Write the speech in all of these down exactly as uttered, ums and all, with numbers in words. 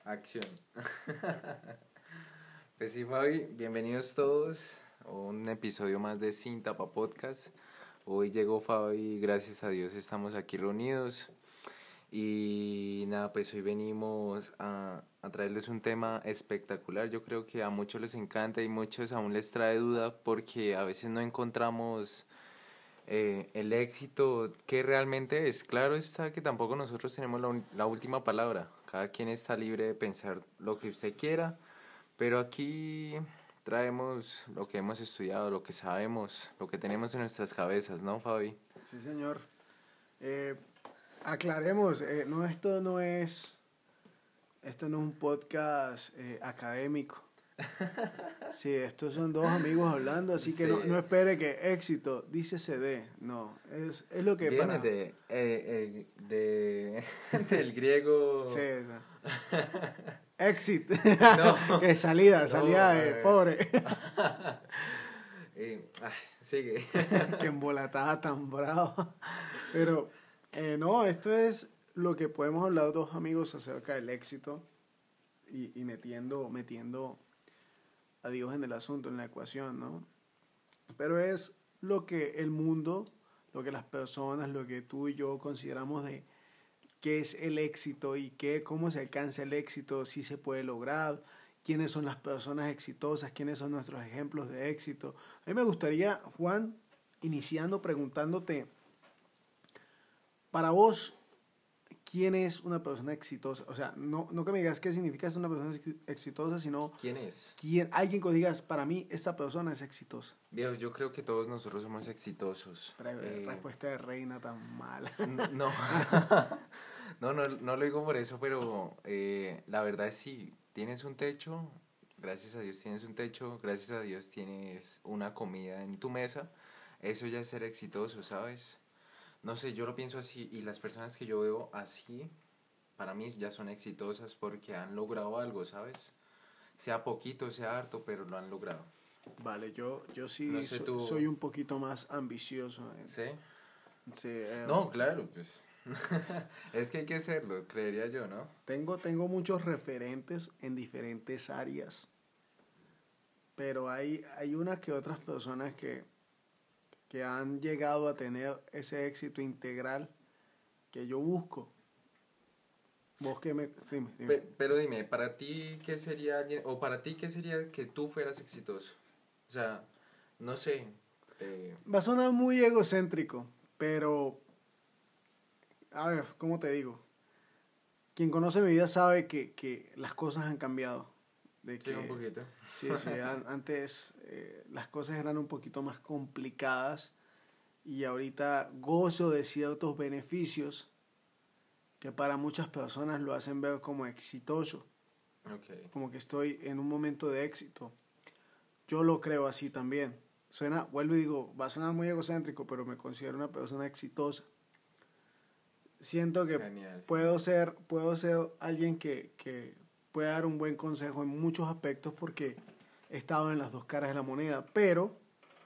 Acción. Pues sí, Fabi, bienvenidos todos a un episodio más de Sin Tapa Podcast. Hoy llegó Fabi, gracias a Dios estamos aquí reunidos. Y nada, pues hoy venimos a, a traerles un tema espectacular. Yo creo que a muchos les encanta y muchos aún les trae duda porque a veces no encontramos eh, el éxito que realmente es. Claro está que tampoco nosotros tenemos la, un, la última palabra. Cada quien está libre de pensar lo que usted quiera, pero aquí traemos lo que hemos estudiado, lo que sabemos, lo que tenemos en nuestras cabezas, ¿no, Fabi? Sí, señor. Eh, aclaremos, eh, no, esto no es, esto no es un podcast eh, académico. Sí, estos son dos amigos hablando, así que sí. no, no espere que éxito, dice C D, no, es, es lo que Viene para... de, eh, eh, de del griego... Sí, esa. Exit, no, que salida, salida no, de eh. pobre. eh, ay, sigue. Que embolatada tan bravo. Pero, eh, no, esto es lo que podemos hablar dos amigos acerca del éxito y, y metiendo, metiendo a Dios en el asunto, en la ecuación, ¿no? Pero es lo que el mundo, lo que las personas, lo que tú y yo consideramos de qué es el éxito y qué, cómo se alcanza el éxito, si se puede lograr, quiénes son las personas exitosas, quiénes son nuestros ejemplos de éxito. A mí me gustaría, Juan, iniciando preguntándote, para vos, ¿quién es una persona exitosa? O sea, no, no que me digas qué significa ser una persona exitosa, sino... ¿Quién es? ¿Quién, alguien que digas, para mí, esta persona es exitosa? Viejo, yo creo que todos nosotros somos exitosos. Pero, eh, respuesta de reina tan mala. No, no, no, no lo digo por eso, pero eh, la verdad es sí, tienes un techo, gracias a Dios tienes un techo, gracias a Dios tienes una comida en tu mesa, eso ya es ser exitoso, ¿sabes? No sé, yo lo pienso así y las personas que yo veo así, para mí ya son exitosas porque han logrado algo, ¿sabes? Sea poquito, sea harto, pero lo han logrado. Vale, yo, yo sí no sé, so, tú... soy un poquito más ambicioso. ¿Eh? ¿Sí? Sí, eh, no, claro, pues es que hay que hacerlo, creería yo, ¿no? Tengo, tengo muchos referentes en diferentes áreas, pero hay, hay unas que otras personas que... que han llegado a tener ese éxito integral que yo busco. Vos que me... Dime, dime. Pe- pero dime, ¿para ti qué sería alguien, o para ti qué sería que tú fueras exitoso? O sea, no sé. Eh... Va a sonar muy egocéntrico, pero... A ver, ¿cómo te digo? Quien conoce mi vida sabe que, que las cosas han cambiado. De que, sí, un poquito. Sí, sí, antes eh, las cosas eran un poquito más complicadas y ahorita gozo de ciertos beneficios que para muchas personas lo hacen ver como exitoso. Okay. Como que estoy en un momento de éxito. Yo lo creo así también. Suena, vuelvo y digo, va a sonar muy egocéntrico, pero me considero una persona exitosa. Siento que Genial. puedo ser, puedo ser alguien que, que puede dar un buen consejo en muchos aspectos porque he estado en las dos caras de la moneda, pero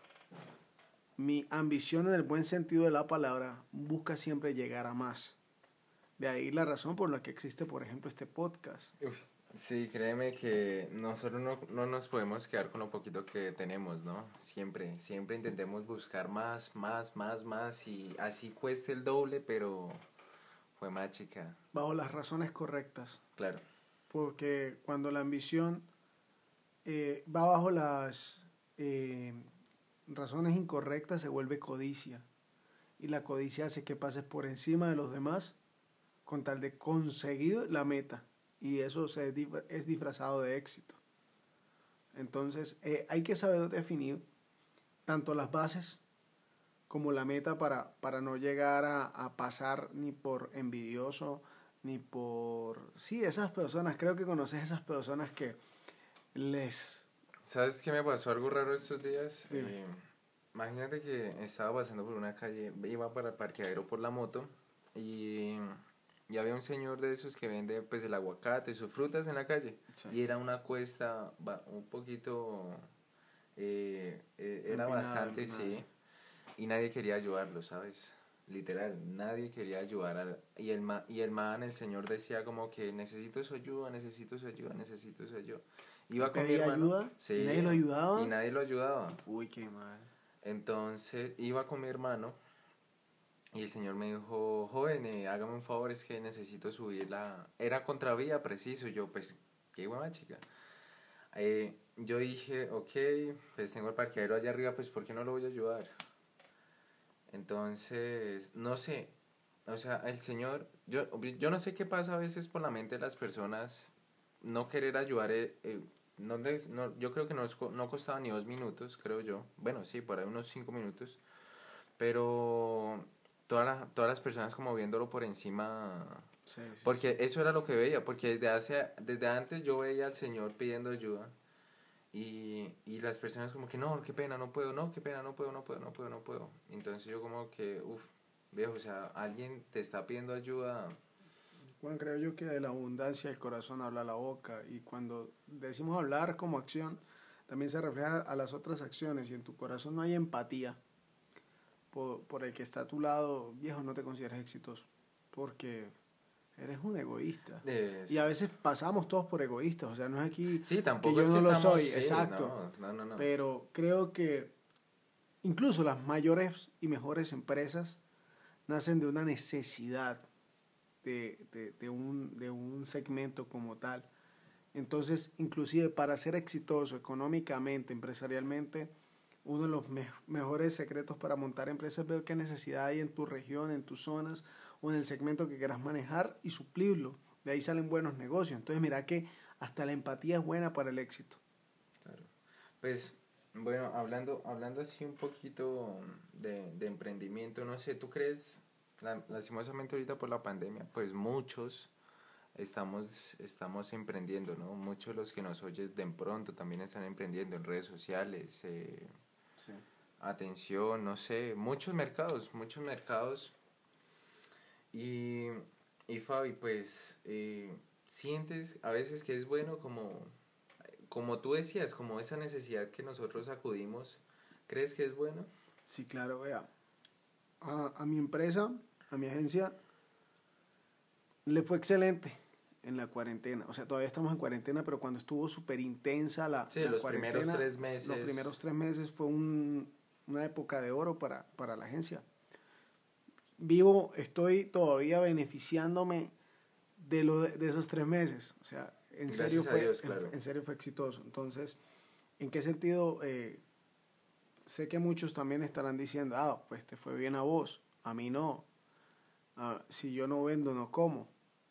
mi ambición en el buen sentido de la palabra busca siempre llegar a más. De ahí la razón por la que existe, por ejemplo, este podcast. Uf, sí, créeme que nosotros no, no nos podemos quedar con lo poquito que tenemos, ¿no? Siempre, siempre intentemos buscar más, más, más, más y así cueste el doble, pero fue más chica. Bajo las razones correctas. Claro. Porque cuando la ambición eh, va bajo las eh, razones incorrectas se vuelve codicia. Y la codicia hace que pases por encima de los demás con tal de conseguir la meta. Y eso se, es disfrazado de éxito. Entonces eh, hay que saber definir tanto las bases como la meta para, para no llegar a, a pasar ni por envidioso, ni por... Sí, esas personas, creo que conoces esas personas que les... ¿Sabes qué me pasó algo raro estos días? Dime. Eh, imagínate que estaba pasando por una calle, iba para el parqueadero por la moto y, y había un señor de esos que vende pues el aguacate, sus frutas en la calle. Sí. Y era una cuesta un poquito... Eh, eh, era empinada, bastante, empinada. sí. Y nadie quería ayudarlo, ¿sabes? literal, nadie quería ayudar. A, y, el ma, y el man, el señor decía como que necesito su ayuda, necesito su ayuda, necesito su ayuda. Iba con mi ¿Pedía hermano. ayuda? Sí, ¿Y nadie lo ayudaba? Y nadie lo ayudaba. Uy, qué mal. Entonces iba con mi hermano y el señor me dijo, joven, eh, hágame un favor, es que necesito subir la... Era contravía, preciso. Yo, pues, qué buena chica. Eh, yo dije, ok, pues tengo el parqueadero allá arriba, pues ¿por qué no lo voy a ayudar? Entonces, no sé, o sea, el señor, yo, yo no sé qué pasa a veces por la mente de las personas, no querer ayudar, eh, eh, no, des, no yo creo que no, no costaba ni dos minutos, creo yo, bueno, sí, por ahí unos cinco minutos, pero toda la, todas las personas como viéndolo por encima, sí, sí, porque sí. eso era lo que veía, porque desde, hace, desde antes yo veía al señor pidiendo ayuda. Y, y las personas como que no, qué pena, no puedo, no, qué pena, no puedo, no puedo, no puedo, no puedo. Entonces yo como que, uff, viejo, o sea, alguien te está pidiendo ayuda. Bueno, creo yo que de la abundancia el corazón habla la boca, y cuando decimos hablar como acción, también se refleja a las otras acciones, y en tu corazón no hay empatía por, por el que está a tu lado, viejo, no te consideres exitoso, porque eres un egoísta. Es... Y a veces pasamos todos por egoístas, o sea, no es aquí sí, tampoco que yo es no que lo estamos, soy, sí, exacto, no, no, no, no. Pero creo que incluso las mayores y mejores empresas nacen de una necesidad de, de, de, un, de un segmento como tal. Entonces, inclusive para ser exitoso económicamente, empresarialmente, uno de los me- mejores secretos para montar empresas, veo qué necesidad hay en tu región, en tus zonas o en el segmento que quieras manejar y suplirlo. De ahí salen buenos negocios. Entonces, mira que hasta la empatía es buena para el éxito. Claro. Pues, bueno, hablando, hablando así un poquito de, de emprendimiento, no sé, ¿tú crees, la, lastimosamente ahorita por la pandemia, pues muchos estamos, estamos emprendiendo, ¿no? Muchos de los que nos oyen de pronto también están emprendiendo en redes sociales, eh, Sí. atención, no sé, muchos mercados, muchos mercados. Y, y Fabi, pues, eh, sientes a veces que es bueno como, como tú decías, como esa necesidad que nosotros acudimos, ¿crees que es bueno? Sí, claro, vea. A, a mi empresa, a mi agencia, le fue excelente en la cuarentena. O sea, todavía estamos en cuarentena, pero cuando estuvo súper intensa la, Sí, la los cuarentena, primeros tres meses. los primeros tres meses fue un, una época de oro para, para la agencia. Vivo, estoy todavía beneficiándome de, lo de, de esos tres meses. O sea, en Gracias serio, a fue, Dios, claro. en, en serio fue exitoso. Entonces, ¿en qué sentido? Eh, sé que muchos también estarán diciendo, ah, pues te fue bien a vos, a mí no. Ah, si yo no vendo, no como.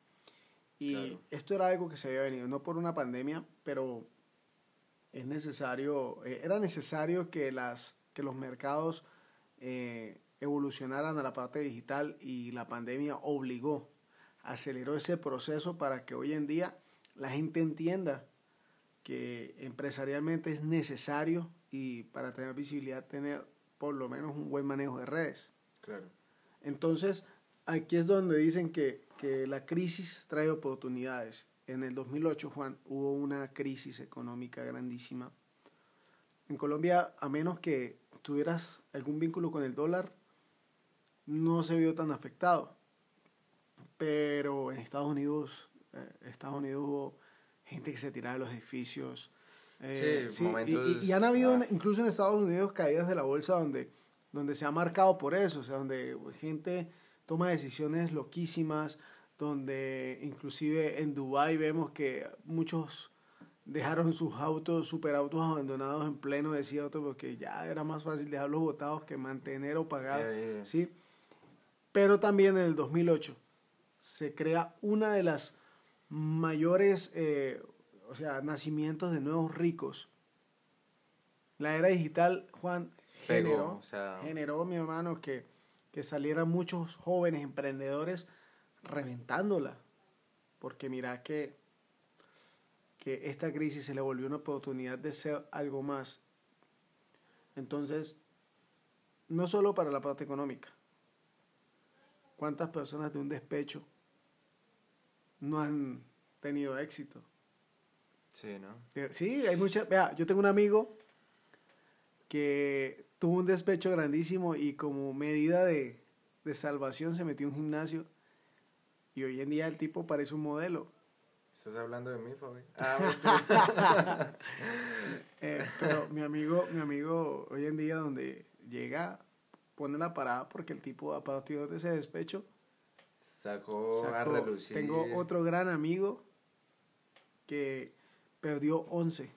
Y Claro. esto era algo que se había venido, no por una pandemia, pero es necesario, eh, era necesario que, las, que los mercados eh, evolucionaran a la parte digital, y la pandemia obligó, aceleró ese proceso para que hoy en día la gente entienda que empresarialmente es necesario, y para tener visibilidad tener por lo menos un buen manejo de redes. Claro. Entonces, aquí es donde dicen que, que la crisis trae oportunidades. En el dos mil ocho, Juan, hubo una crisis económica grandísima. En Colombia, a menos que tuvieras algún vínculo con el dólar, no se vio tan afectado. Pero en Estados Unidos, eh, Estados Unidos hubo gente que se tiraba de los edificios. Eh, sí, sí, momentos... y, y han habido, ah. incluso en Estados Unidos, caídas de la bolsa donde, donde se ha marcado por eso, o sea, donde gente toma decisiones loquísimas, donde inclusive en Dubái vemos que muchos dejaron sus autos, superautos abandonados en pleno desierto, porque ya era más fácil dejarlos botados que mantener o pagar, Yeah, yeah. ¿sí? Pero también en el dos mil ocho se crea una de las mayores, eh, o sea, nacimientos de nuevos ricos. La era digital, Juan, Pegó, generó, o sea... generó, mi hermano, que, que salieran muchos jóvenes emprendedores reventándola. Porque mira que, que esta crisis se le volvió una oportunidad de ser algo más. Entonces, no solo para la parte económica. ¿Cuántas personas de un despecho no han tenido éxito? Sí, ¿no? Sí, hay muchas. Vea, yo tengo un amigo que tuvo un despecho grandísimo, y como medida de, de salvación se metió en un gimnasio y hoy en día el tipo parece un modelo. ¿Estás hablando de mí, Fabi? Ah, eh, pero mi amigo, mi amigo hoy en día donde llega, pone la parada porque el tipo a partir de ese despecho sacó, sacó, a relucir. Tengo otro gran amigo que perdió once.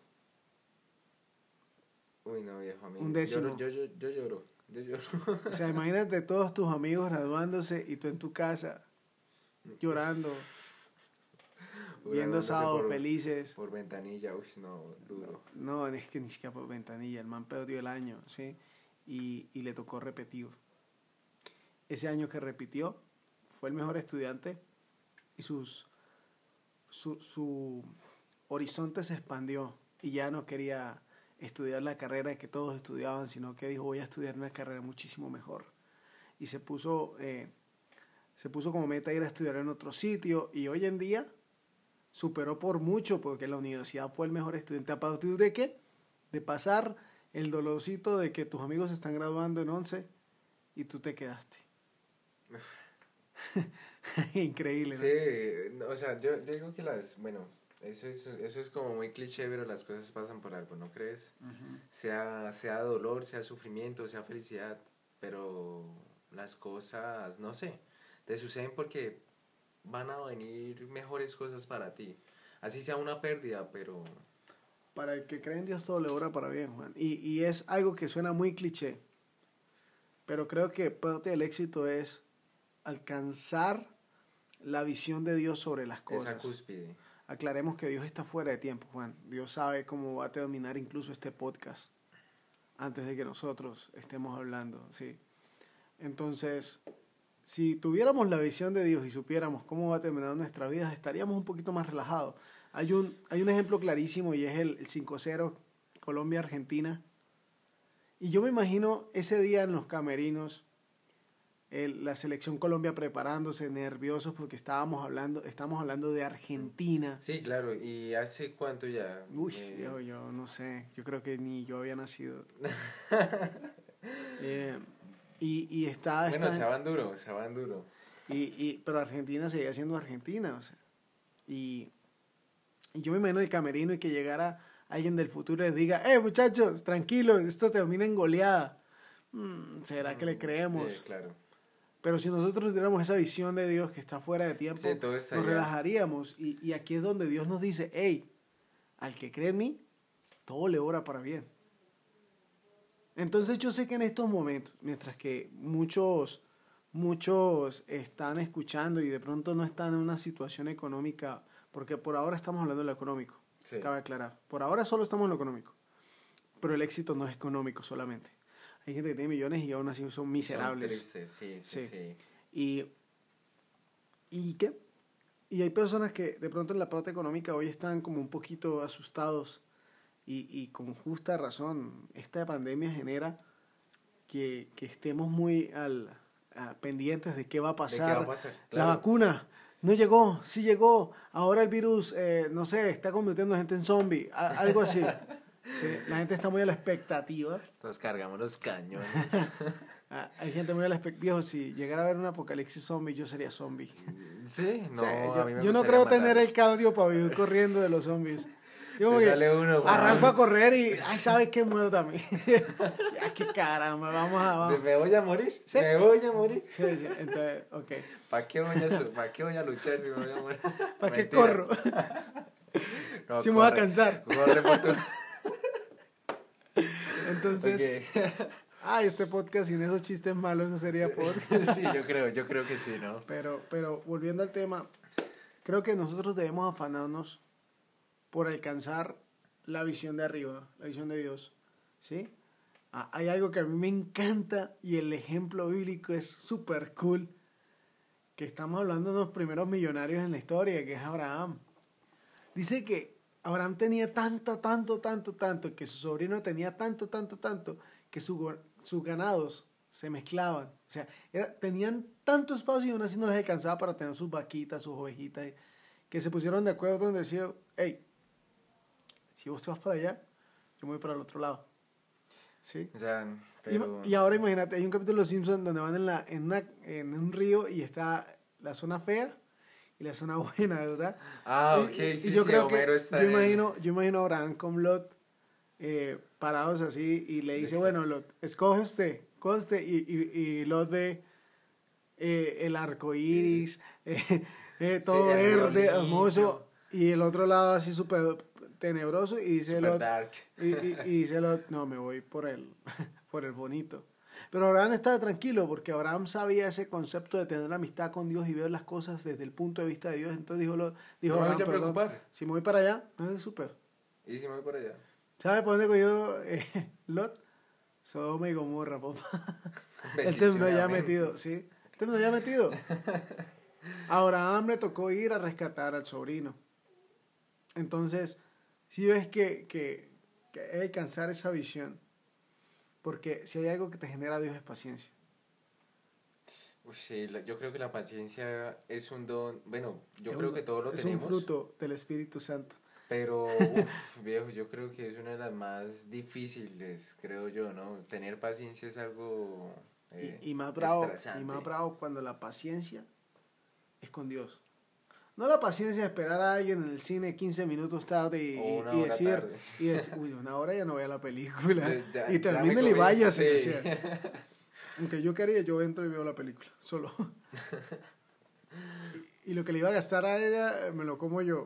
Uy, no, viejo amigo. Un décimo. Yo, yo, yo, yo lloro. Yo lloro. O sea, imagínate todos tus amigos graduándose y tú en tu casa llorando, viendo sábados felices. Por ventanilla, uy, no, duro. No, es que ni siquiera por ventanilla. El man perdió el año, ¿sí? Y, y le tocó repetir. Ese año que repitió, fue el mejor estudiante y sus, su, su horizonte se expandió y ya no quería estudiar la carrera que todos estudiaban, sino que dijo voy a estudiar una carrera muchísimo mejor. Y se puso, eh, se puso como meta ir a estudiar en otro sitio y hoy en día superó por mucho porque la universidad fue el mejor estudiante. ¿A partir de qué? De pasar el dolorcito de que tus amigos se están graduando en once y tú te quedaste. Increíble, ¿no? Sí, o sea, yo, yo digo que las, bueno, eso es, eso es como muy cliché, pero las cosas pasan por algo, ¿no crees? Uh-huh. Sea, sea dolor, sea sufrimiento, sea felicidad, pero las cosas, no sé, te suceden porque van a venir mejores cosas para ti. Así sea una pérdida, pero... Para el que cree en Dios todo le obra para bien, Juan. Y, y es algo que suena muy cliché, pero creo que parte del éxito es alcanzar la visión de Dios sobre las cosas. Esa cúspide. Aclaremos que Dios está fuera de tiempo, Juan. Dios sabe cómo va a terminar incluso este podcast antes de que nosotros estemos hablando, ¿sí? Entonces, si tuviéramos la visión de Dios y supiéramos cómo va a terminar nuestra vida, estaríamos un poquito más relajados. Hay un, hay un ejemplo clarísimo y es el, el cinco cero Colombia-Argentina. Y yo me imagino ese día en los camerinos, el, la selección Colombia preparándose, nerviosos porque estábamos hablando, estamos hablando de Argentina. Sí, claro. ¿Y hace cuánto ya? Uy, eh... yo, yo no sé. Yo creo que ni yo había nacido. eh, y, y está... Bueno, está, se van duro, se van duro. Y, y, pero Argentina seguía siendo Argentina, o sea. Y, y yo me imagino el camerino y que llegara alguien del futuro y les diga, eh, muchachos, tranquilos, esto termina en goleada. Hmm, ¿será que le creemos? Sí, claro. Pero si nosotros tuviéramos esa visión de Dios que está fuera de tiempo, sí, todo está nos allá. relajaríamos. Y, y aquí es donde Dios nos dice, hey, al que cree en mí, todo le obra para bien. Entonces yo sé que en estos momentos, mientras que muchos, muchos están escuchando y de pronto no están en una situación económica, porque por ahora estamos hablando de lo económico, sí. Cabe aclarar. Por ahora solo estamos en lo económico, pero el éxito no es económico solamente. Hay gente que tiene millones y aún así son miserables. Son tristes, sí, sí, sí. sí. Y, ¿y qué? Y hay personas que de pronto en la parte económica hoy están como un poquito asustados y, y con justa razón. Esta pandemia genera que, que estemos muy al, a, pendientes de qué va a pasar. ¿De qué va a pasar? Claro. La vacuna no llegó, sí llegó. Ahora el virus, eh, no sé, está convirtiendo a la gente en zombie, a, algo así. Sí, la gente está muy a la expectativa. Nos cargamos los cañones. ah, hay gente muy a la expectativa. Viejo, si llegara a haber un apocalipsis zombie, yo sería zombie. Sí, no, o sea, yo, a mí me yo no creo matarlos. tener el cardio para vivir corriendo de los zombies. Yo Te sale uno, arranco a correr y, ay, ¿sabes qué? Muero también. Ay, qué caramba, vamos a... Vamos. ¿Me voy a morir? ¿Sí? ¿Me voy a morir? Sí, sí, entonces, ok. ¿Para qué voy a, ¿para qué voy a luchar si me voy a morir? ¿Para qué corro? No, si me voy a cansar. Corre por tu... Entonces, okay. ah, este podcast sin esos chistes malos no sería podcast. Sí, yo creo, yo creo que sí, ¿no? Pero, pero volviendo al tema, creo que nosotros debemos afanarnos por alcanzar la visión de arriba, la visión de Dios, ¿sí? Ah, hay algo que a mí me encanta y el ejemplo bíblico es súper cool, que estamos hablando de los primeros millonarios en la historia, que es Abraham. Dice que Abraham tenía tanto, tanto, tanto, tanto, que su sobrino tenía tanto, tanto, tanto, que su, sus ganados se mezclaban. O sea, era, tenían tanto espacio y aún así no les alcanzaba para tener sus vaquitas, sus ovejitas, que se pusieron de acuerdo donde decía, hey, si vos te vas para allá, yo me voy para el otro lado. ¿Sí? O sea, pero... Y, y ahora imagínate, hay un capítulo de Los Simpsons donde van en, la, en, una, en un río y está la zona fea y la zona buena, ¿verdad? Ah, Y- ok, y, sí, y yo sí, creo Homero que, está yo en el- imagino, yo imagino a Abraham con Lot eh, parados así y le dice, Decía- bueno, Lot, escoge usted, escoge usted, y, y, y Lot ve eh, el arco iris, eh, eh, todo Sí, el río verde, hermoso, limpio. y el otro lado así súper tenebroso, y dice Super Lot, dark. y, y, y dice Lot, no, me voy por el, por el bonito. Pero Abraham estaba tranquilo porque Abraham sabía ese concepto de tener amistad con Dios y ver las cosas desde el punto de vista de Dios. Entonces dijo, Lot, dijo No me Abraham, voy a perdón, preocupar. si me voy para allá, no es súper. ¿Y si me voy para allá? ¿Sabes por dónde cogió eh, Lot? Sodoma y Gomorra, papá. Él Bendición, terminó ya amén. metido, ¿sí? Él terminó ya metido. A Abraham le tocó ir a rescatar al sobrino. Entonces, si ves que, que, que hay que alcanzar esa visión, porque si hay algo que te genera Dios es paciencia. Uy, sí, la- yo creo que la paciencia es un don, bueno, yo Es creo un- que todos lo es tenemos, un fruto del Espíritu Santo. pero, uf, viejo, yo creo que es una de las más difíciles, creo yo, ¿no? Tener paciencia es algo eh, y, y más bravo, estresante. y más bravo cuando la paciencia es con Dios. No la paciencia de esperar a alguien en el cine quince minutos tarde y, O una y hora decir, tarde. y decir, uy, una hora ya no voy a la película. Ya- ya- y ya termínele me y comí, váyase. sí. O sea, aunque yo quería, yo entro y veo la película, solo. y, y lo que le iba a gastar a ella, eh, me lo como yo.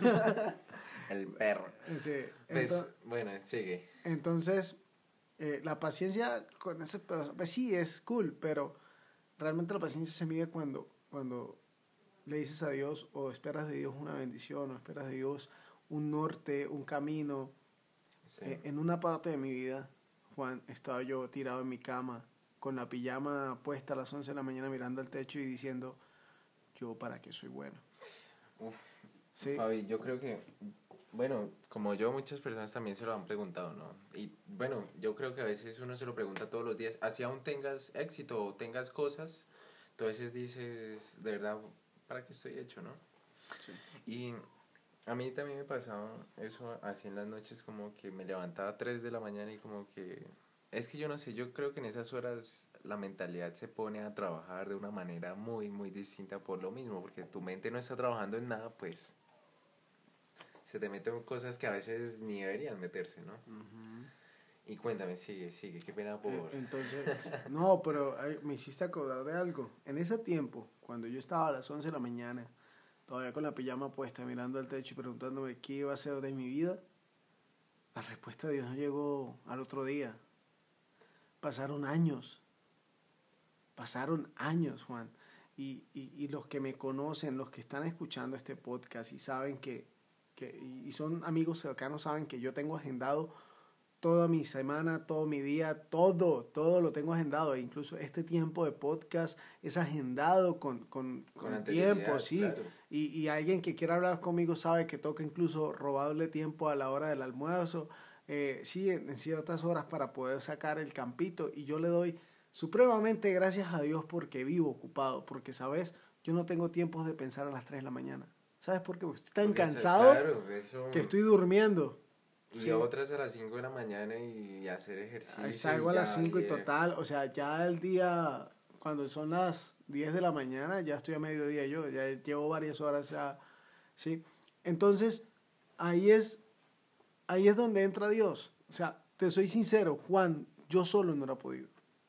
El perro. Sí, Pues, ento- bueno, sigue. entonces, eh, la paciencia con ese, pues sí, es cool, pero realmente la paciencia se mide cuando, cuando le dices a Dios o esperas de Dios una bendición o esperas de Dios un norte, un camino. Sí. Eh, en una parte de mi vida, Juan, estaba yo tirado en mi cama con la pijama puesta a las once de la mañana mirando al techo y diciendo, yo para qué soy bueno. Uf, Sí. Fabi, yo creo que, bueno, como yo, muchas personas también se lo han preguntado, ¿no? Y bueno, yo creo que a veces uno se lo pregunta todos los días, así aún tengas éxito o tengas cosas, tú a veces dices, de verdad, ¿para qué estoy hecho, no? Sí. Y a mí también me pasaba eso así en las noches, como que me levantaba a tres de la mañana y como que... Es que yo no sé, yo creo que en esas horas la mentalidad se pone a trabajar de una manera muy, muy distinta por lo mismo, porque tu mente no está trabajando en nada, pues se te meten cosas que a veces ni deberían meterse, ¿no? Uh-huh. Y cuéntame, sigue, sigue, qué pena por... Eh, entonces, no, pero ay, me hiciste acordar de algo. En ese tiempo, cuando yo estaba a las once de la mañana, todavía con la pijama puesta, mirando al techo y preguntándome qué iba a hacer de mi vida, la respuesta de Dios no llegó al otro día. Pasaron años. Pasaron años, Juan. Y, y, y los que me conocen, los que están escuchando este podcast y saben que, que y son amigos cercanos, saben que yo tengo agendado toda mi semana, todo mi día, todo, todo lo tengo agendado. E incluso este tiempo de podcast es agendado con, con, Con con tiempo, anterioridad, sí. claro. Y, y alguien que quiera hablar conmigo sabe que toca incluso robarle tiempo a la hora del almuerzo. Eh, sí, en, en ciertas horas para poder sacar el campito. Y yo le doy supremamente gracias a Dios porque vivo ocupado. Porque, ¿sabes? Yo no tengo tiempos de pensar a las tres de la mañana. ¿Sabes por qué? Porque estoy tan Porque se- cansado claro, eso- que estoy durmiendo. Y Sí. otras a las cinco de la mañana y hacer ejercicio. Ahí salgo a las ya, cinco y eh, total, o sea, ya el día, cuando son las diez de la mañana, ya estoy a mediodía yo, ya llevo varias horas ya, ¿sí? Entonces, ahí es, ahí es donde entra Dios. O sea, te soy sincero, Juan, yo solo no hubiera podido.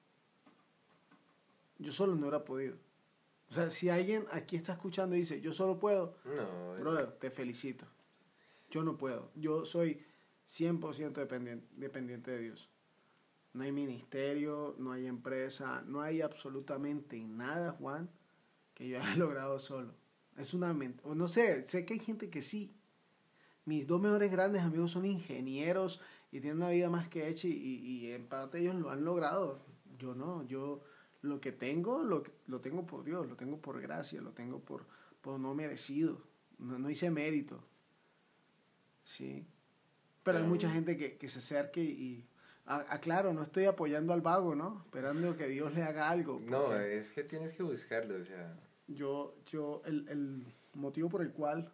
Yo solo no hubiera podido. O sea, si alguien aquí está escuchando y dice, yo solo puedo, No, es- brother, te felicito. Yo no puedo. Yo soy cien por ciento dependiente, dependiente de Dios. No hay ministerio, no hay empresa, no hay absolutamente nada, Juan, que yo haya logrado solo. Es una mente. O no sé, sé que hay gente que sí. Mis dos mejores grandes amigos son ingenieros y tienen una vida más que hecha y, y, y en parte ellos lo han logrado. Yo no, yo lo que tengo, lo, lo tengo por Dios, lo tengo por gracia, lo tengo por, por no merecido. No, no hice mérito. Sí. Pero hay Pero- mucha gente que, que se acerque y... Aclaro, no estoy apoyando al vago, ¿no? Esperando que Dios le haga algo. no, porque es que tienes que buscarlo, o sea... Yo, yo, el, el motivo por el cual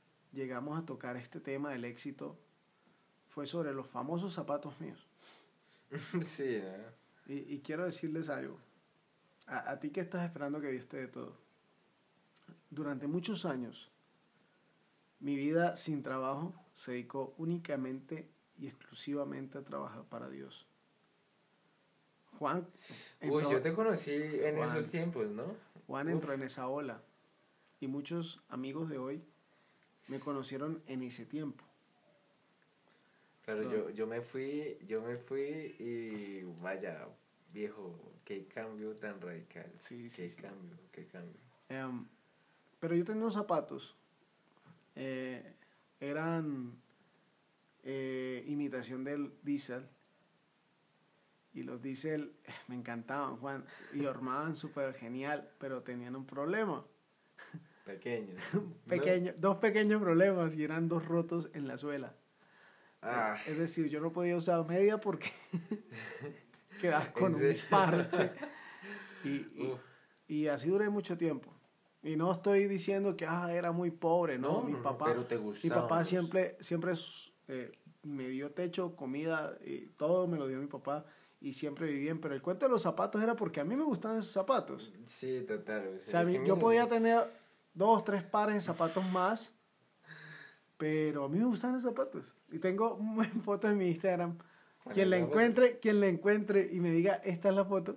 llegamos a tocar este tema del éxito fue sobre los famosos zapatos míos. Sí, ¿no? Y, y quiero decirles algo. A, a ti que estás esperando que Dios te dé todo. Durante muchos años, mi vida sin trabajo se dedicó únicamente y exclusivamente a trabajar para Dios. Juan entró, Uy, yo te conocí en Juan, esos tiempos, ¿no? Juan Uf. entró en esa ola. Y muchos amigos de hoy me conocieron en ese tiempo. Claro, No. yo, yo me fui, yo me fui y vaya, viejo, qué cambio tan radical. Sí, sí, qué sí. cambio, qué cambio. Um, pero yo tenía unos zapatos. Eh, eran eh, imitación del Diesel. Y los Diesel eh, me encantaban, Juan. Y armaban súper genial, pero tenían un problema. Pequeños. Pequeño, dos pequeños problemas y eran dos rotos en la suela. Ah, Es decir, yo no podía usar media porque quedas con ¿en un serio? parche. Y, y, Uf. y así duré mucho tiempo. Y no estoy diciendo que ah, era muy pobre, no. No, mi no, no, papá, pero te mi gustaban papá los- siempre, siempre eh, me dio techo, comida, y todo me lo dio mi papá y siempre viví bien. Pero el cuento de los zapatos era porque a mí me gustaban esos zapatos. Sí, total. O O sea, sea, a es mí- que yo mira, podía tener dos, tres pares de zapatos más, pero a mí me gustan los zapatos. Y tengo una foto en mi Instagram. Bueno, Quien la esa foto. encuentre, quien la encuentre y me diga, esta es la foto,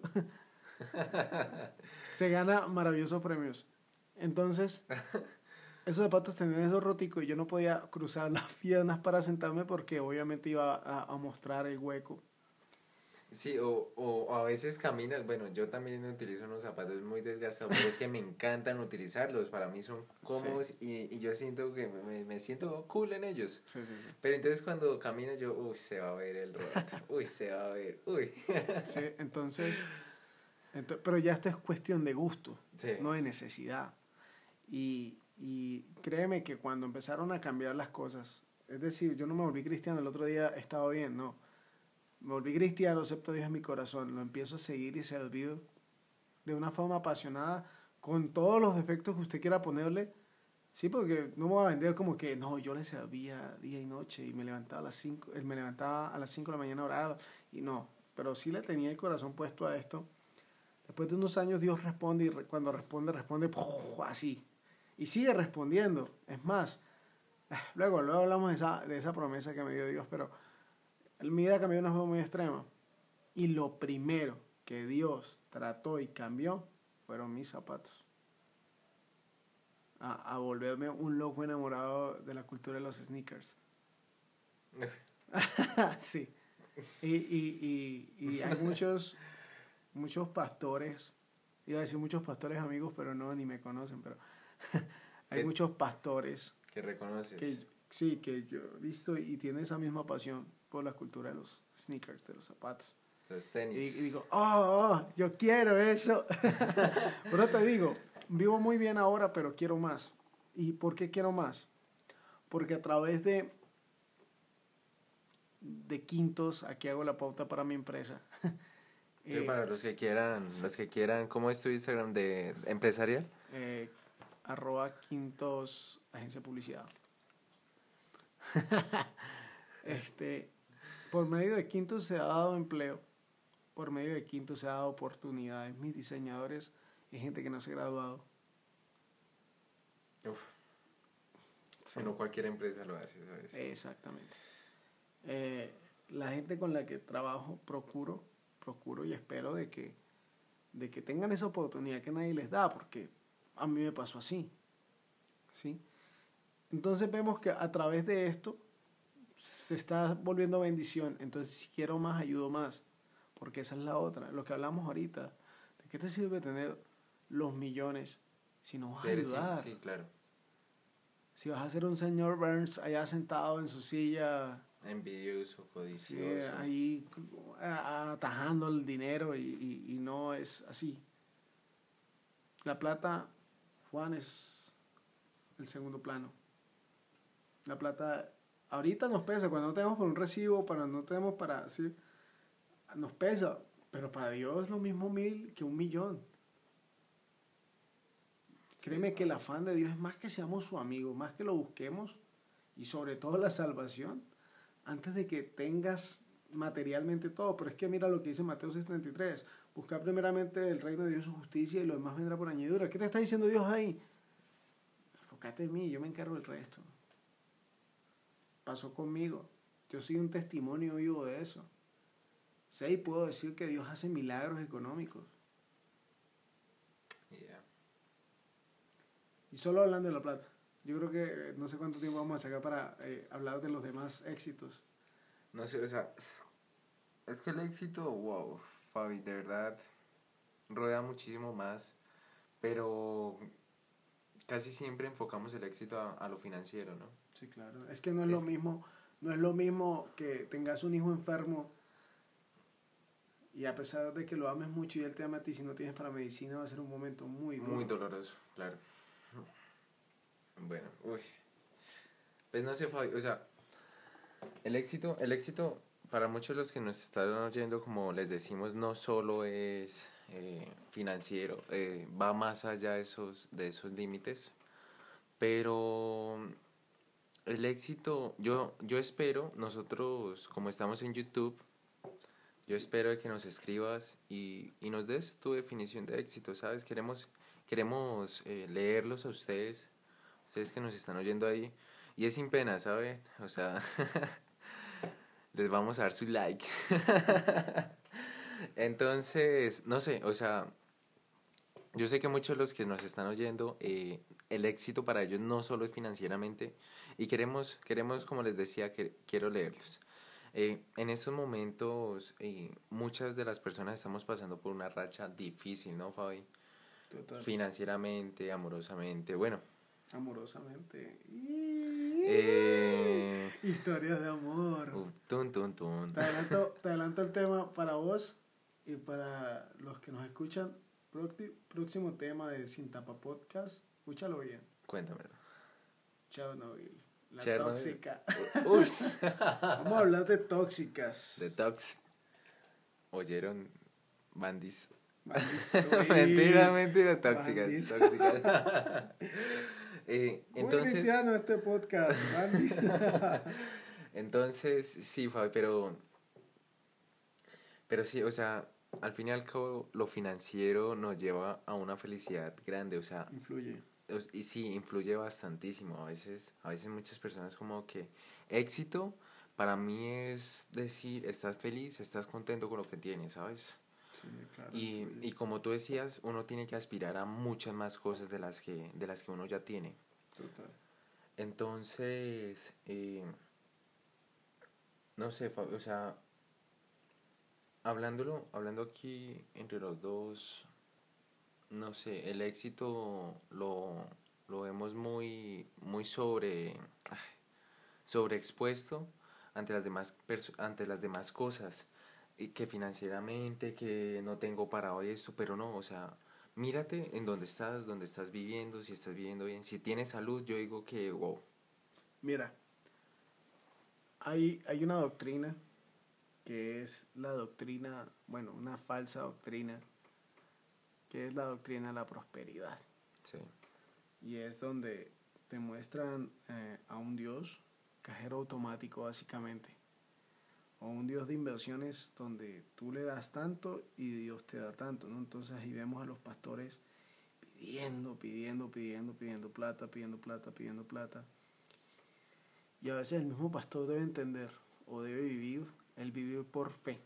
se gana maravillosos premios. Entonces, esos zapatos tenían esos roticos y yo no podía cruzar las piernas para sentarme porque obviamente iba a, a mostrar el hueco. Sí, o, o a veces caminas, bueno, yo también utilizo unos zapatos muy desgastados, pero es que me encantan utilizarlos, para mí son cómodos y, y yo siento que me, me siento cool en ellos. Sí, sí, sí. Pero entonces cuando camino yo, uy, se va a ver el roto, uy, se va a ver, uy. Sí, entonces, ento- pero ya esto es cuestión de gusto, Sí. no de necesidad. Y, y créeme que cuando empezaron a cambiar las cosas, es decir, yo no me volví cristiano, el otro día estaba bien, no. Me volví cristiano, acepto a Dios en mi corazón, lo empiezo a seguir y servir de una forma apasionada, con todos los defectos que usted quiera ponerle. Sí, porque no me voy a vender como que, no, yo le servía día y noche y me levantaba a las cinco, él me levantaba a las cinco de la mañana orado, y no, pero sí le tenía el corazón puesto a esto. Después de unos años Dios responde y re- cuando responde, responde ¡puf! Así. Y sigue respondiendo. Es más, ah, luego, luego hablamos de esa, de esa promesa que me dio Dios, pero mi vida cambió de una forma muy extrema. Y lo primero que Dios trató y cambió fueron mis zapatos. A, a volverme un loco enamorado de la cultura de los sneakers. Sí. Y, y, y, y hay muchos, muchos pastores, iba a decir muchos pastores amigos, pero no, ni me conocen, pero hay ¿Qué? muchos pastores Que reconoces. que sí, que yo he visto y tienen esa misma pasión por la cultura de los sneakers, de los zapatos. Los Y, tenis. y digo, oh, oh, yo quiero eso. Pero te digo, vivo muy bien ahora, pero quiero más. ¿Y por qué quiero más? Porque a través de de Quintos, aquí hago la pauta para mi empresa. Sí, Eh, para los que quieran, los que quieran, ¿cómo es tu Instagram de empresarial? eh, arroba Quintos Agencia de Publicidad. este, por medio de Quintos se ha dado empleo, por medio de Quintos se ha dado oportunidades. Mis diseñadores es gente que no se ha graduado. Uf, Sí. no cualquier empresa lo hace, ¿sabes? Exactamente. Eh, la gente con la que trabajo procuro, procuro y espero de que, de que tengan esa oportunidad que nadie les da, porque a mí me pasó así. ¿Sí? Entonces vemos que a través de esto se está volviendo bendición. Entonces si quiero más, ayudo más. Porque esa es la otra. Lo que hablamos ahorita. ¿De qué te sirve tener los millones si no vas Sí, a eres- ayudar? sí, sí, claro. Si vas a ser un señor Burns allá sentado en su silla, Envidioso, sí, codicioso. ahí a- atajando el dinero y, y, y no es así. La plata, Juan, es el segundo plano. La plata ahorita nos pesa, cuando no tenemos por un recibo, para no tenemos para, sí, nos pesa, pero para Dios es lo mismo mil que un millón. Créeme Sí, que el afán de Dios es más que seamos su amigo, más que lo busquemos y sobre todo la salvación. Antes de que tengas materialmente todo, pero es que mira lo que dice Mateo seis treinta y tres, buscar primeramente el reino de Dios y su justicia y lo demás vendrá por añadidura. ¿Qué te está diciendo Dios ahí? Enfócate en mí, yo me encargo del resto. Pasó conmigo, yo soy un testimonio vivo de eso. Sé y puedo decir que Dios hace milagros económicos. Yeah. Y solo hablando de la plata. Yo creo que no sé cuánto tiempo vamos a sacar para eh, hablar de los demás éxitos. No sé, o sea, es que el éxito, wow, Fabi, de verdad, rodea muchísimo más, pero casi siempre enfocamos el éxito a, a lo financiero, ¿no? Sí, claro. Es que no es, Es- lo mismo, no es lo mismo que tengas un hijo enfermo y a pesar de que lo ames mucho y él te ama a ti, si no tienes para medicina va a ser un momento muy duro. Muy doloroso, claro. Bueno, uy. Pues no sé, Fabi, o sea, el éxito, el éxito para muchos de los que nos están oyendo, como les decimos, no solo es eh, financiero, eh, va más allá de esos, de esos límites, pero el éxito, yo, yo espero, nosotros como estamos en YouTube, yo espero de que nos escribas y, y nos des tu definición de éxito, ¿sabes? Queremos, queremos eh, leerlos a ustedes, ustedes que nos están oyendo ahí, y es sin pena, ¿saben? O sea, les vamos a dar su like. Entonces, no sé, o sea, yo sé que muchos de los que nos están oyendo, eh, el éxito para ellos no solo es financieramente, y queremos, queremos como les decía, que quiero leerlos. Eh, en estos momentos, eh, muchas de las personas estamos pasando por una racha difícil, ¿no, Fabi? Total. Financieramente, amorosamente, bueno. Amorosamente. Eh, Historias de amor. uh, tun, tun, tun. Te adelanto, te adelanto el tema para vos y para los que nos escuchan. Próxi- Próximo tema de Sin Tapa Podcast. Escúchalo bien. Cuéntamelo. Chernobyl. La Chernobyl. tóxica. Ups. Vamos a hablar de tóxicas. De Tox. ¿Oyeron? Bandis. Bandis. mentira, mentira, tóxicas. Bandis. tóxicas. eh, Muy entonces, cristiano este podcast. Bandis. entonces, sí, Fabi, pero. Pero sí, o sea, al fin y al cabo, lo financiero nos lleva a una felicidad grande, o sea, Influye. os- y sí, influye bastantísimo. A veces, a veces muchas personas como que éxito para mí es decir, estás feliz, estás contento con lo que tienes, ¿sabes? Sí, claro. Y, influye. y como tú decías, uno tiene que aspirar a muchas más cosas de las que, de las que uno ya tiene. Total. Entonces, eh, no sé, Fabio, o sea, hablándolo, hablando aquí entre los dos, no sé, el éxito lo, lo vemos muy, muy sobre, ay, sobreexpuesto ante las demás perso- ante las demás cosas, y que financieramente, que no tengo para hoy esto, pero no, o sea, mírate en dónde estás, dónde estás viviendo, si estás viviendo bien, si tienes salud, yo digo que wow. Mira, hay, hay una doctrina que es la doctrina, bueno, una falsa doctrina, que es la doctrina de la prosperidad. Sí. Y es donde te muestran eh, a un Dios, cajero automático básicamente, o un Dios de inversiones donde tú le das tanto y Dios te da tanto, ¿no? Entonces ahí vemos a los pastores pidiendo, pidiendo, pidiendo, pidiendo plata, pidiendo plata, pidiendo plata. Y a veces el mismo pastor debe entender o debe vivir, el vivir por fe.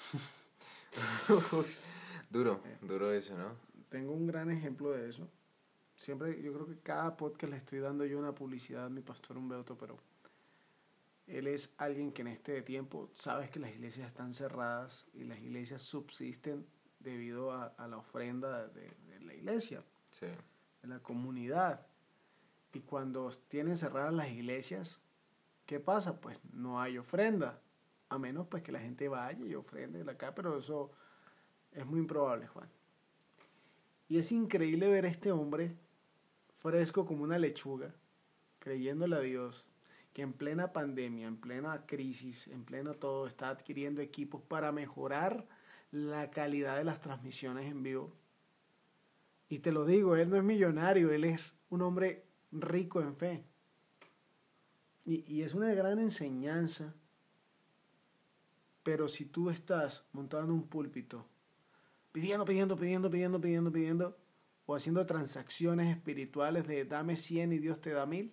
duro, Eh. duro eso, ¿no? Tengo un gran ejemplo de eso. Siempre, yo creo que cada podcast le estoy dando yo una publicidad a mi pastor Humberto, pero él es alguien que en este tiempo, sabes que las iglesias están cerradas y las iglesias subsisten debido a, a la ofrenda de, de la iglesia, Sí. de la comunidad. Y cuando tienen cerradas las iglesias, ¿qué pasa? Pues no hay ofrenda, a menos pues que la gente vaya y ofrende acá, pero eso es muy improbable, Juan. Y es increíble ver a este hombre fresco como una lechuga, creyéndole a Dios, que en plena pandemia, en plena crisis, en pleno todo, está adquiriendo equipos para mejorar la calidad de las transmisiones en vivo. Y te lo digo, él no es millonario, él es un hombre rico en fe. Y, y es una gran enseñanza Pero si tú estás montado en un púlpito, pidiendo, pidiendo, pidiendo, pidiendo, pidiendo, pidiendo, o haciendo transacciones espirituales de dame cien y Dios te da mil,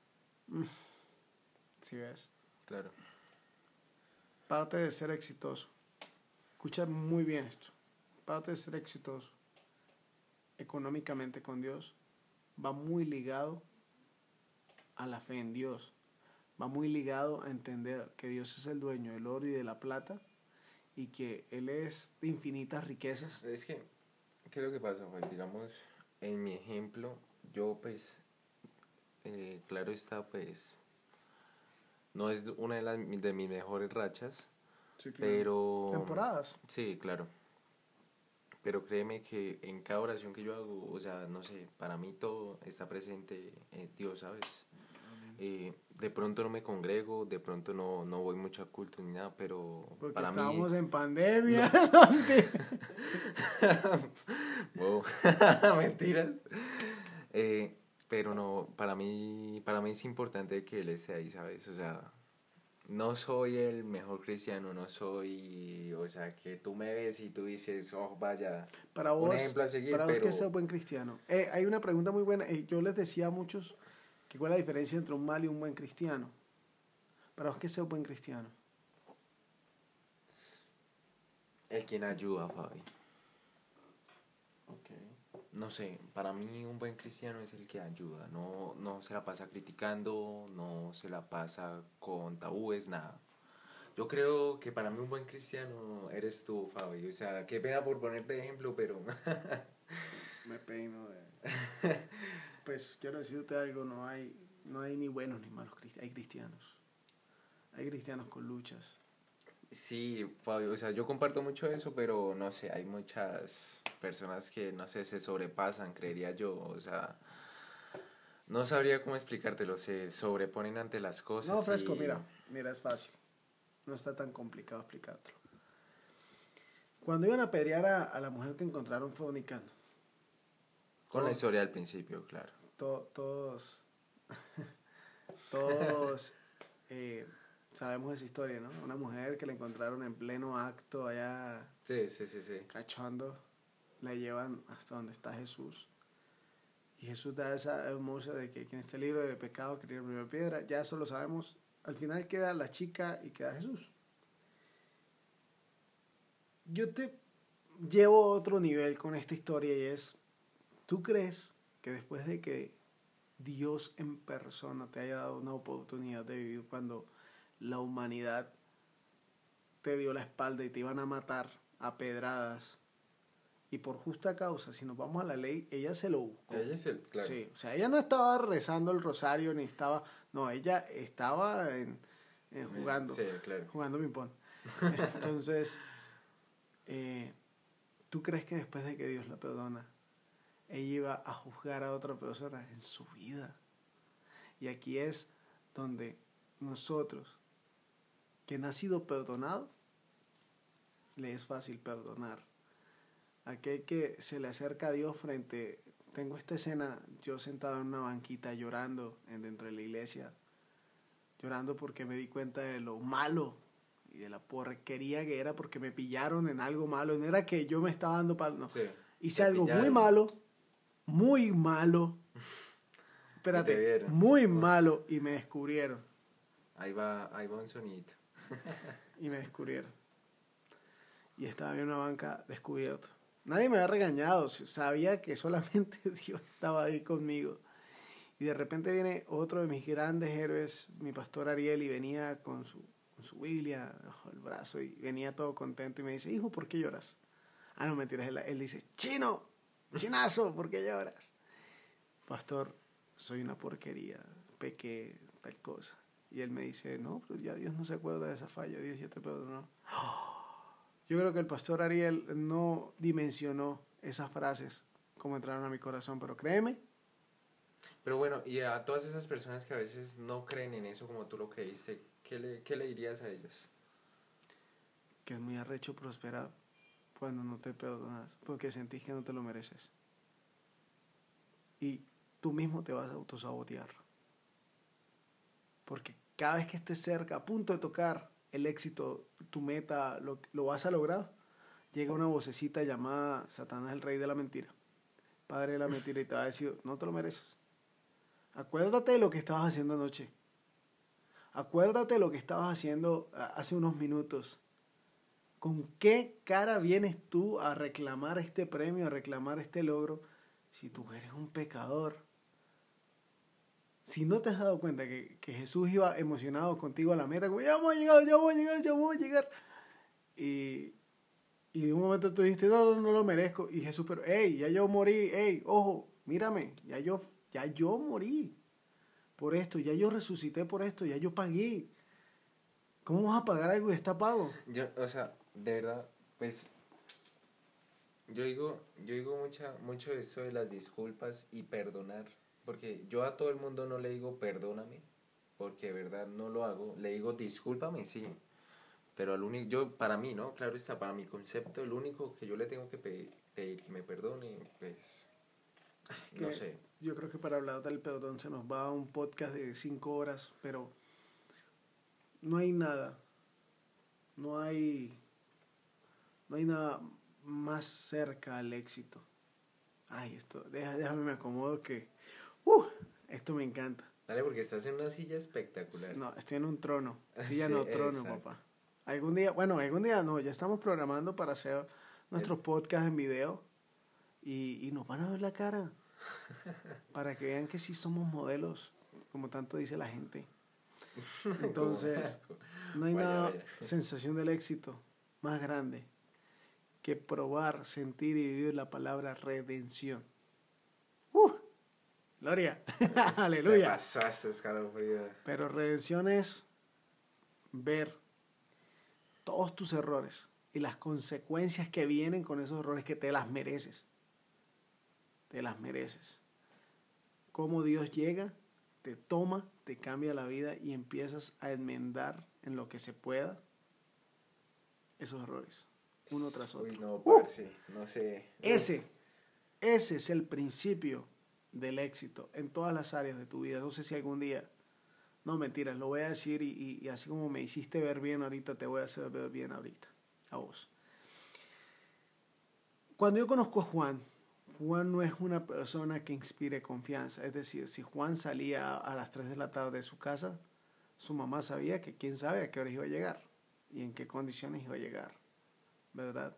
¿sí ves? Claro. Parte de ser exitoso. Escucha muy bien esto. Parte de ser exitoso económicamente con Dios va muy ligado a la fe en Dios. Va muy ligado a entender que Dios es el dueño del oro y de la plata y que Él es de infinitas riquezas. Es que, ¿qué es lo que pasa, Juan? Digamos, en mi ejemplo, yo pues, eh, claro está, pues, no es una de, las, de mis mejores rachas, Sí, claro. pero... Temporadas. Sí, claro. Pero créeme que en cada oración que yo hago, o sea, no sé, para mí todo está presente en Dios, ¿sabes? Eh, de pronto no me congrego, de pronto no, no voy mucho a culto ni nada, pero Porque para estábamos mí... en pandemia. No. Wow. Mentiras. Eh, pero no, para mí, para mí es importante que Él esté ahí, ¿sabes? O sea, no soy el mejor cristiano, no soy, o sea, que tú me ves y tú dices, oh, vaya, Para un vos, ejemplo a seguir, para vos pero... que seas buen cristiano. Eh, hay una pregunta muy buena. Eh, yo les decía a muchos que cuál es la diferencia entre un mal y un buen cristiano. Para vos que seas buen cristiano. El quien ayuda, Fabi. Okay. No sé, para mí un buen cristiano es el que ayuda, no, no se la pasa criticando, no se la pasa con tabúes, nada. Yo creo que para mí un buen cristiano eres tú, Fabi. O sea, qué pena por ponerte de ejemplo, pero... Me peino de... Pues quiero decirte algo, no hay, no hay ni buenos ni malos cristianos, hay cristianos. Hay cristianos con luchas. Sí, Fabio, o sea, yo comparto mucho eso, pero no sé, hay muchas personas que, no sé, se sobrepasan, creería yo, o sea, no sabría cómo explicártelo, se sobreponen ante las cosas. No, Fresco, y... mira, mira, es fácil, no está tan complicado explicártelo. Cuando iban a apedrear a, a la mujer que encontraron fornicando. Con la historia al principio, claro. To, todos, todos... eh, sabemos esa historia, ¿no? Una mujer que la encontraron en pleno acto allá Sí, sí, sí, sí. cachando, la llevan hasta donde está Jesús. Y Jesús da esa hermosa de que quien esté libre de pecado que tire la primera piedra. Ya eso lo sabemos. Al final queda la chica y queda Jesús. Yo te llevo a otro nivel con esta historia y es, ¿tú crees que después de que Dios en persona te haya dado una oportunidad de vivir cuando la humanidad te dio la espalda y te iban a matar a pedradas y por justa causa, si nos vamos a la ley, ella se lo buscó? Ella es el, claro. Sí, o sea, ella no estaba rezando el rosario ni estaba, no, ella estaba en, en jugando, sí, claro. jugando ping-pong. Entonces, eh, ¿tú crees que después de que Dios la perdona, ella iba a juzgar a otra persona en su vida? Y aquí es donde nosotros, que han sido perdonado, le es fácil perdonar. Aquel que se le acerca a Dios frente... Tengo esta escena, yo sentado en una banquita llorando en, dentro de la iglesia, llorando porque me di cuenta de lo malo y de la porquería que era porque me pillaron en algo malo. No era que yo me estaba dando palo, no. Sí, hice algo pillaron. muy malo, muy malo. Espérate, muy malo y me descubrieron. Ahí va, ahí va un sonidito. Y me descubrieron. Y estaba en una banca descubierto. Nadie me había regañado, sabía que solamente Dios estaba ahí conmigo. Y de repente viene otro de mis grandes héroes, mi pastor Ariel, y venía con su, con su Biblia bajo el brazo y venía todo contento y me dice, hijo, ¿por qué lloras? Ah, no, mentiras, él, él dice, chino, chinazo, ¿por qué lloras? Pastor, soy una porquería, pequé, tal cosa. Y él me dice, no, pues ya Dios no se acuerda de esa falla, Dios ya te perdonó. Yo creo que el pastor Ariel no dimensionó esas frases como entraron a mi corazón, pero créeme. Pero bueno, y a todas esas personas que a veces no creen en eso como tú lo creíste, ¿qué le, qué le dirías a ellas? Que es muy arrecho prosperar cuando no te perdonas, porque sentís que no te lo mereces. Y tú mismo te vas a autosabotear. Porque cada vez que estés cerca, a punto de tocar el éxito, tu meta, lo, lo vas a lograr, llega una vocecita llamada Satanás, el rey de la mentira, padre de la mentira, y te va a decir, no te lo mereces. Acuérdate de lo que estabas haciendo anoche. Acuérdate de lo que estabas haciendo hace unos minutos. ¿Con qué cara vienes tú a reclamar este premio, a reclamar este logro, si tú eres un pecador? Si no te has dado cuenta que, que Jesús iba emocionado contigo a la meta, como ya vamos a llegar, ya vamos a llegar, ya vamos a llegar. Y, y de un momento tú dijiste, no, no, no lo merezco. Y Jesús, pero, hey, ya yo morí, hey, ojo, mírame, ya yo, ya yo morí por esto, ya yo resucité por esto, ya yo pagué. ¿Cómo vas a pagar algo que está pago? Yo, o sea, de verdad, pues, yo digo, yo digo mucha, mucho esto de las disculpas y perdonar, porque yo a todo el mundo no le digo perdóname, porque de verdad no lo hago, le digo discúlpame, sí, pero al único, yo, para mí, ¿no? Claro está, para mi concepto, el único que yo le tengo que pedir, pedir que me perdone, pues, no Que sé. Yo creo que para hablar del perdón se nos va a un podcast de cinco horas, pero no hay nada, no hay, no hay nada más cerca al éxito. Ay, esto, déjame, déjame me acomodo que, uh, esto me encanta. Dale, porque estás en una silla espectacular. No, estoy en un trono, silla Sí, no trono, exacto. papá. Algún día, bueno, algún día no, ya estamos programando para hacer nuestros podcasts en video y, y nos van a ver la cara para que vean que sí somos modelos, como tanto dice la gente. Entonces, no hay Vaya, nada, vaya. sensación del éxito más grande que probar, sentir y vivir la palabra redención. ¡Uh! ¡Gloria! Te ¡Aleluya! pasaste, escalofrío. Pero redención es ver todos tus errores y las consecuencias que vienen con esos errores, que te las mereces. Te las mereces. Cómo Dios llega, te toma, te cambia la vida y empiezas a enmendar en lo que se pueda esos errores, uno tras otro. Uy, no, ¡Uh! parce, no sé. Ese, ese es el principio del éxito en todas las áreas de tu vida. No sé si algún día, no mentiras, lo voy a decir y, y, y así como me hiciste ver bien ahorita, te voy a hacer ver bien ahorita, a vos. Cuando yo conozco a Juan, Juan no es una persona que inspire confianza. Es decir, si Juan salía a las tres de la tarde de su casa, su mamá sabía que quién sabe a qué hora iba a llegar y en qué condiciones iba a llegar, ¿verdad?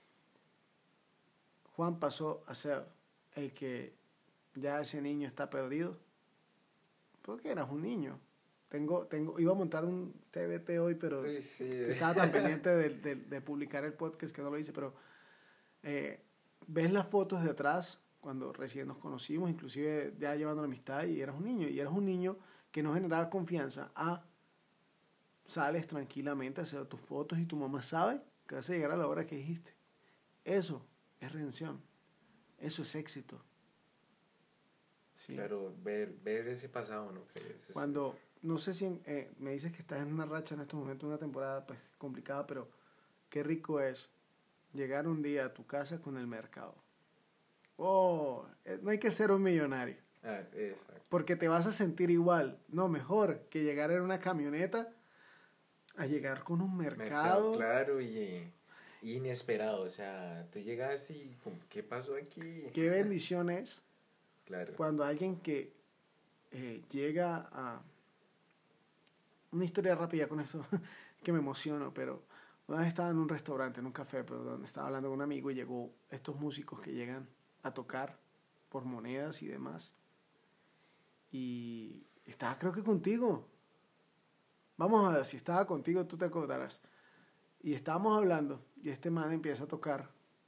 Juan pasó a ser el que ya ese niño está perdido, porque eras un niño. Tengo, tengo, iba a montar un T V T hoy, pero Uy, sí. estaba tan pendiente de, de, de publicar el podcast que no lo hice, pero eh, ves las fotos de atrás cuando recién nos conocimos, inclusive ya llevando la amistad, y eras un niño, y eras un niño que no generaba confianza. Ah, sales tranquilamente a hacer tus fotos y tu mamá sabe que vas a llegar a la hora que dijiste. Eso es redención, eso es éxito. ¿Sí? Claro, ver, ver ese pasado, ¿no? Que eso es- Cuando, no sé si en, eh, me dices que estás en una racha en estos momentos, una temporada pues complicada, pero qué rico es llegar un día a tu casa con el mercado. Oh, eh, no hay que ser un millonario, Ah, exacto. porque te vas a sentir igual, no mejor que llegar en una camioneta a llegar con un mercado. Mercado, claro, y, y inesperado. O sea, tú llegaste y pum, ¿qué pasó aquí? Qué bendición es Claro. cuando alguien que eh, llega a... Una historia rápida con eso, que me emociono, pero una vez estaba en un restaurante, en un café, perdón, estaba hablando con un amigo y llegó estos músicos que llegan a tocar por monedas y demás. Y estaba creo que contigo. Vamos a ver, si estaba contigo tú te acordarás. Y estábamos hablando y este man empieza a tocar.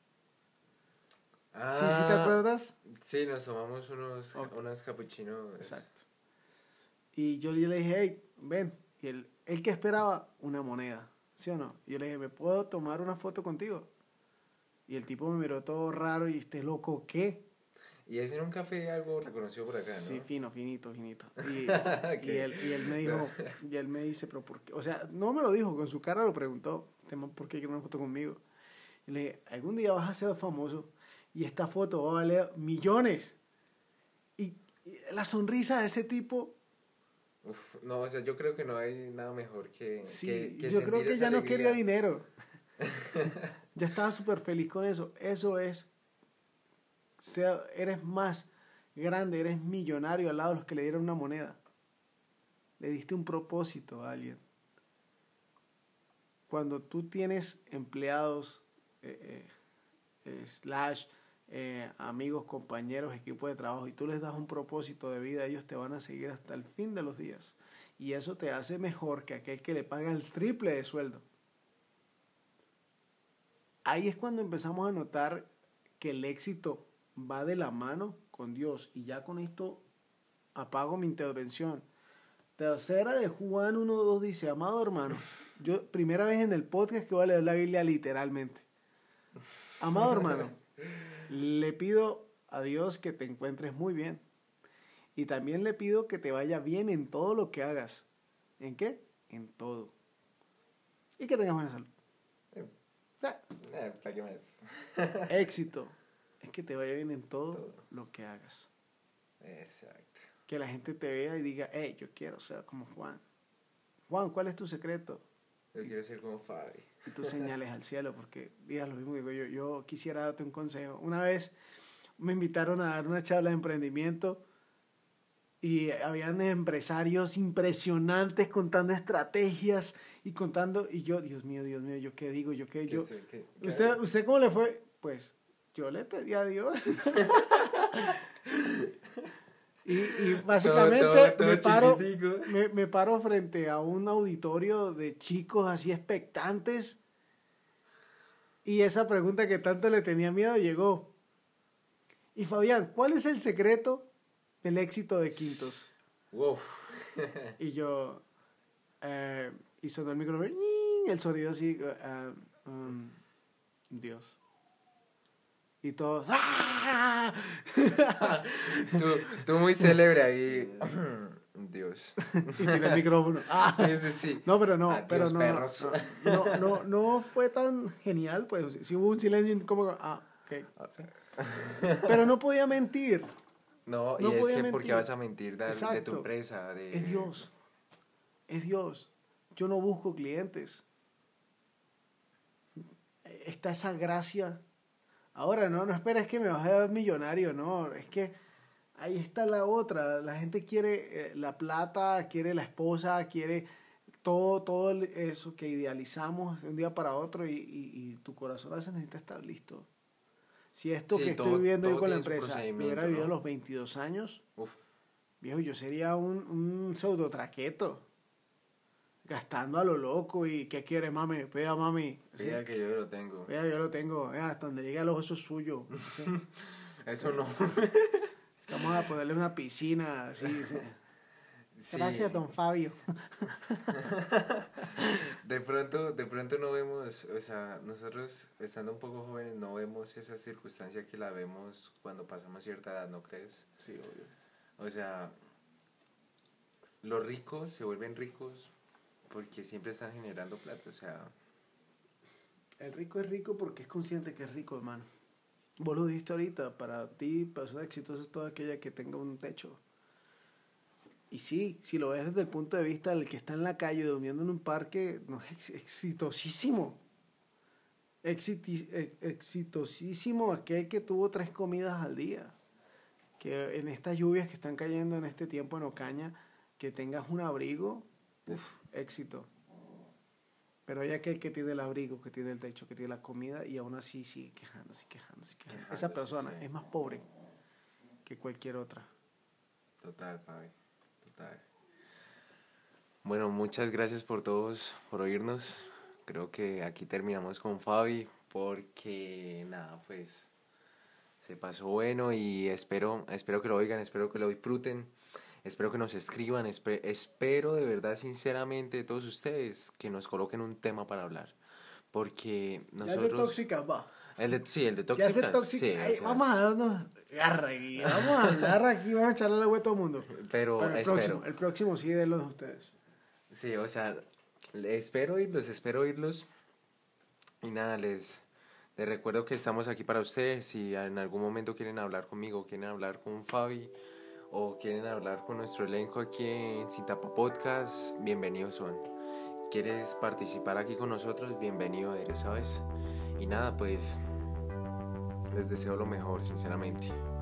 Ah, ¿Sí, sí te acuerdas? Sí, nos tomamos unos, Ok. unos capuchinos. Exacto. Y yo le dije, hey, ven. Y él, él que esperaba una moneda, ¿sí o no? Y yo le dije, ¿me puedo tomar una foto contigo? Y el tipo me miró todo raro y este loco, ¿qué? Y es en un café algo reconocido por acá, ¿no? Sí, fino, finito, finito. Y, Ok. y, él, y él me dijo, y él me dice, pero ¿por qué? O sea, no me lo dijo, con su cara lo preguntó, tema, ¿por qué quiere una foto conmigo? Y le dije, algún día vas a ser famoso y esta foto va a valer millones. Y, y la sonrisa de ese tipo Uf, no, o sea, yo creo que no hay nada mejor que, Sí, que, que yo creo sentir que esa ya no alegría. quería dinero. Ya estaba súper feliz con eso. Eso es, sea, eres más grande, eres millonario al lado de los que le dieron una moneda. Le diste un propósito a alguien. Cuando tú tienes empleados, eh, eh, slash, eh, amigos, compañeros, equipo de trabajo, y tú les das un propósito de vida, ellos te van a seguir hasta el fin de los días. Y eso te hace mejor que aquel que le paga el triple de sueldo. Ahí es cuando empezamos a notar que el éxito va de la mano con Dios. Y ya con esto apago mi intervención. Tercera de Juan uno dos dice, amado hermano, yo primera vez en el podcast que voy a leer la Biblia literalmente. Amado hermano, le pido a Dios que te encuentres muy bien. Y también le pido que te vaya bien en todo lo que hagas. ¿En qué? En todo. Y que tengas buena salud. Ah. Eh, ¿para qué más? Éxito es que te vaya bien en todo, Todo. lo que hagas. Exacto. Que la gente te vea y diga, hey, yo quiero ser como Juan. Juan, ¿cuál es tu secreto? Yo quiero ser como Fabi. Y tú señales al cielo, porque digas lo mismo que digo yo. Yo quisiera darte un consejo. Una vez me invitaron a dar una charla de emprendimiento y habían empresarios impresionantes contando estrategias y contando, y yo, Dios mío, Dios mío, ¿yo qué digo? ¿Yo qué? Yo, sé, ¿qué, qué ¿usted, ¿Usted cómo le fue? Pues yo le pedí a Dios. y, y básicamente todo, todo, todo me, paro, chiquitico. me, me paro frente a un auditorio de chicos así expectantes y esa pregunta que tanto le tenía miedo llegó. Y Fabián, ¿cuál es el secreto del éxito de Quintos? Wow. Y yo, eh, y sonó el micrófono, y el sonido así, uh, um, Dios. Y todos, ¡ah! tú, tú muy célebre ahí. Dios. Y tiré el micrófono. ¡Ah! Sí, sí, sí. No, pero no, Adiós, pero no, perros. no, no, no, no fue tan genial, pues, sí hubo un silencio como, ah, ok. Sí. Pero no podía mentir. No, No y es podía que mentir. ¿por qué vas a mentir de, de tu Exacto. empresa? De... Es Dios. Es Dios. Yo no busco clientes. Está esa gracia. Ahora, no, no esperes que me vas a ver millonario, no. Es que ahí está la otra. La gente quiere eh, la plata, quiere la esposa, quiere todo, todo eso que idealizamos de un día para otro y, y, y tu corazón a veces necesita estar listo. Si esto Sí, que todo- estoy viviendo yo todo con la tiene su empresa lo procedimiento, hubiera vivido a ¿no? los veintidós años, Uf. viejo, yo sería un, un pseudo traqueto. Gastando a lo loco y ¿qué quiere, mami? Pida, mami. ¿Sí? Mira que yo lo tengo. Vea, yo lo tengo. Vea, hasta donde llega el ojo, eso es suyo. ¿Sí? Eso no. Es que vamos a ponerle una piscina así. ¿Sí? Sí. Gracias, don Fabio. De pronto, de pronto no vemos, o sea, nosotros estando un poco jóvenes no vemos esa circunstancia que la vemos cuando pasamos cierta edad, ¿no crees? Sí, obvio. O sea, los ricos se vuelven ricos porque siempre están generando plata, o sea, El rico es rico porque es consciente que es rico, hermano. Vos lo dijiste ahorita, para ti, persona exitosa es toda aquella que tenga un techo. Y sí, si lo ves desde el punto de vista del que está en la calle durmiendo en un parque, no es ex- exitosísimo. Exiti- ex- exitosísimo aquel que tuvo tres comidas al día. Que en estas lluvias que están cayendo en este tiempo en Ocaña, que tengas un abrigo, uf, éxito. Pero hay aquel que tiene el abrigo, que tiene el techo, que tiene la comida y aún así sigue quejándose, quejándose, quejándose. Esa Quejándose, persona sí. es más pobre que cualquier otra. total, Fabi, total. Bueno, muchas gracias por todos, por oírnos. Creo que aquí terminamos con Fabi porque nada, pues se pasó bueno y espero, espero que lo oigan, espero que lo disfruten, espero que nos escriban, espe- espero de verdad sinceramente de todos ustedes que nos coloquen un tema para hablar, porque Ya nosotros... de tóxica, va. El de, sí, el de Ya tóxica. se tóxica. sí, Ay, o sea, vamos a darnos garra aquí. Vamos a hablar aquí, vamos a echarle la vuelta a todo el mundo. Pero, Pero el espero. próximo, el próximo sí de los de ustedes. Sí, o sea, le- espero oírlos, espero oírlos. Y nada, les, les recuerdo que estamos aquí para ustedes. Si en algún momento quieren hablar conmigo, quieren hablar con Fabi o quieren hablar con nuestro elenco aquí en Sin Tapa Podcast, bienvenidos son. ¿Quieres participar aquí con nosotros? Bienvenido eres, ¿sabes? Y nada, pues les deseo lo mejor, sinceramente.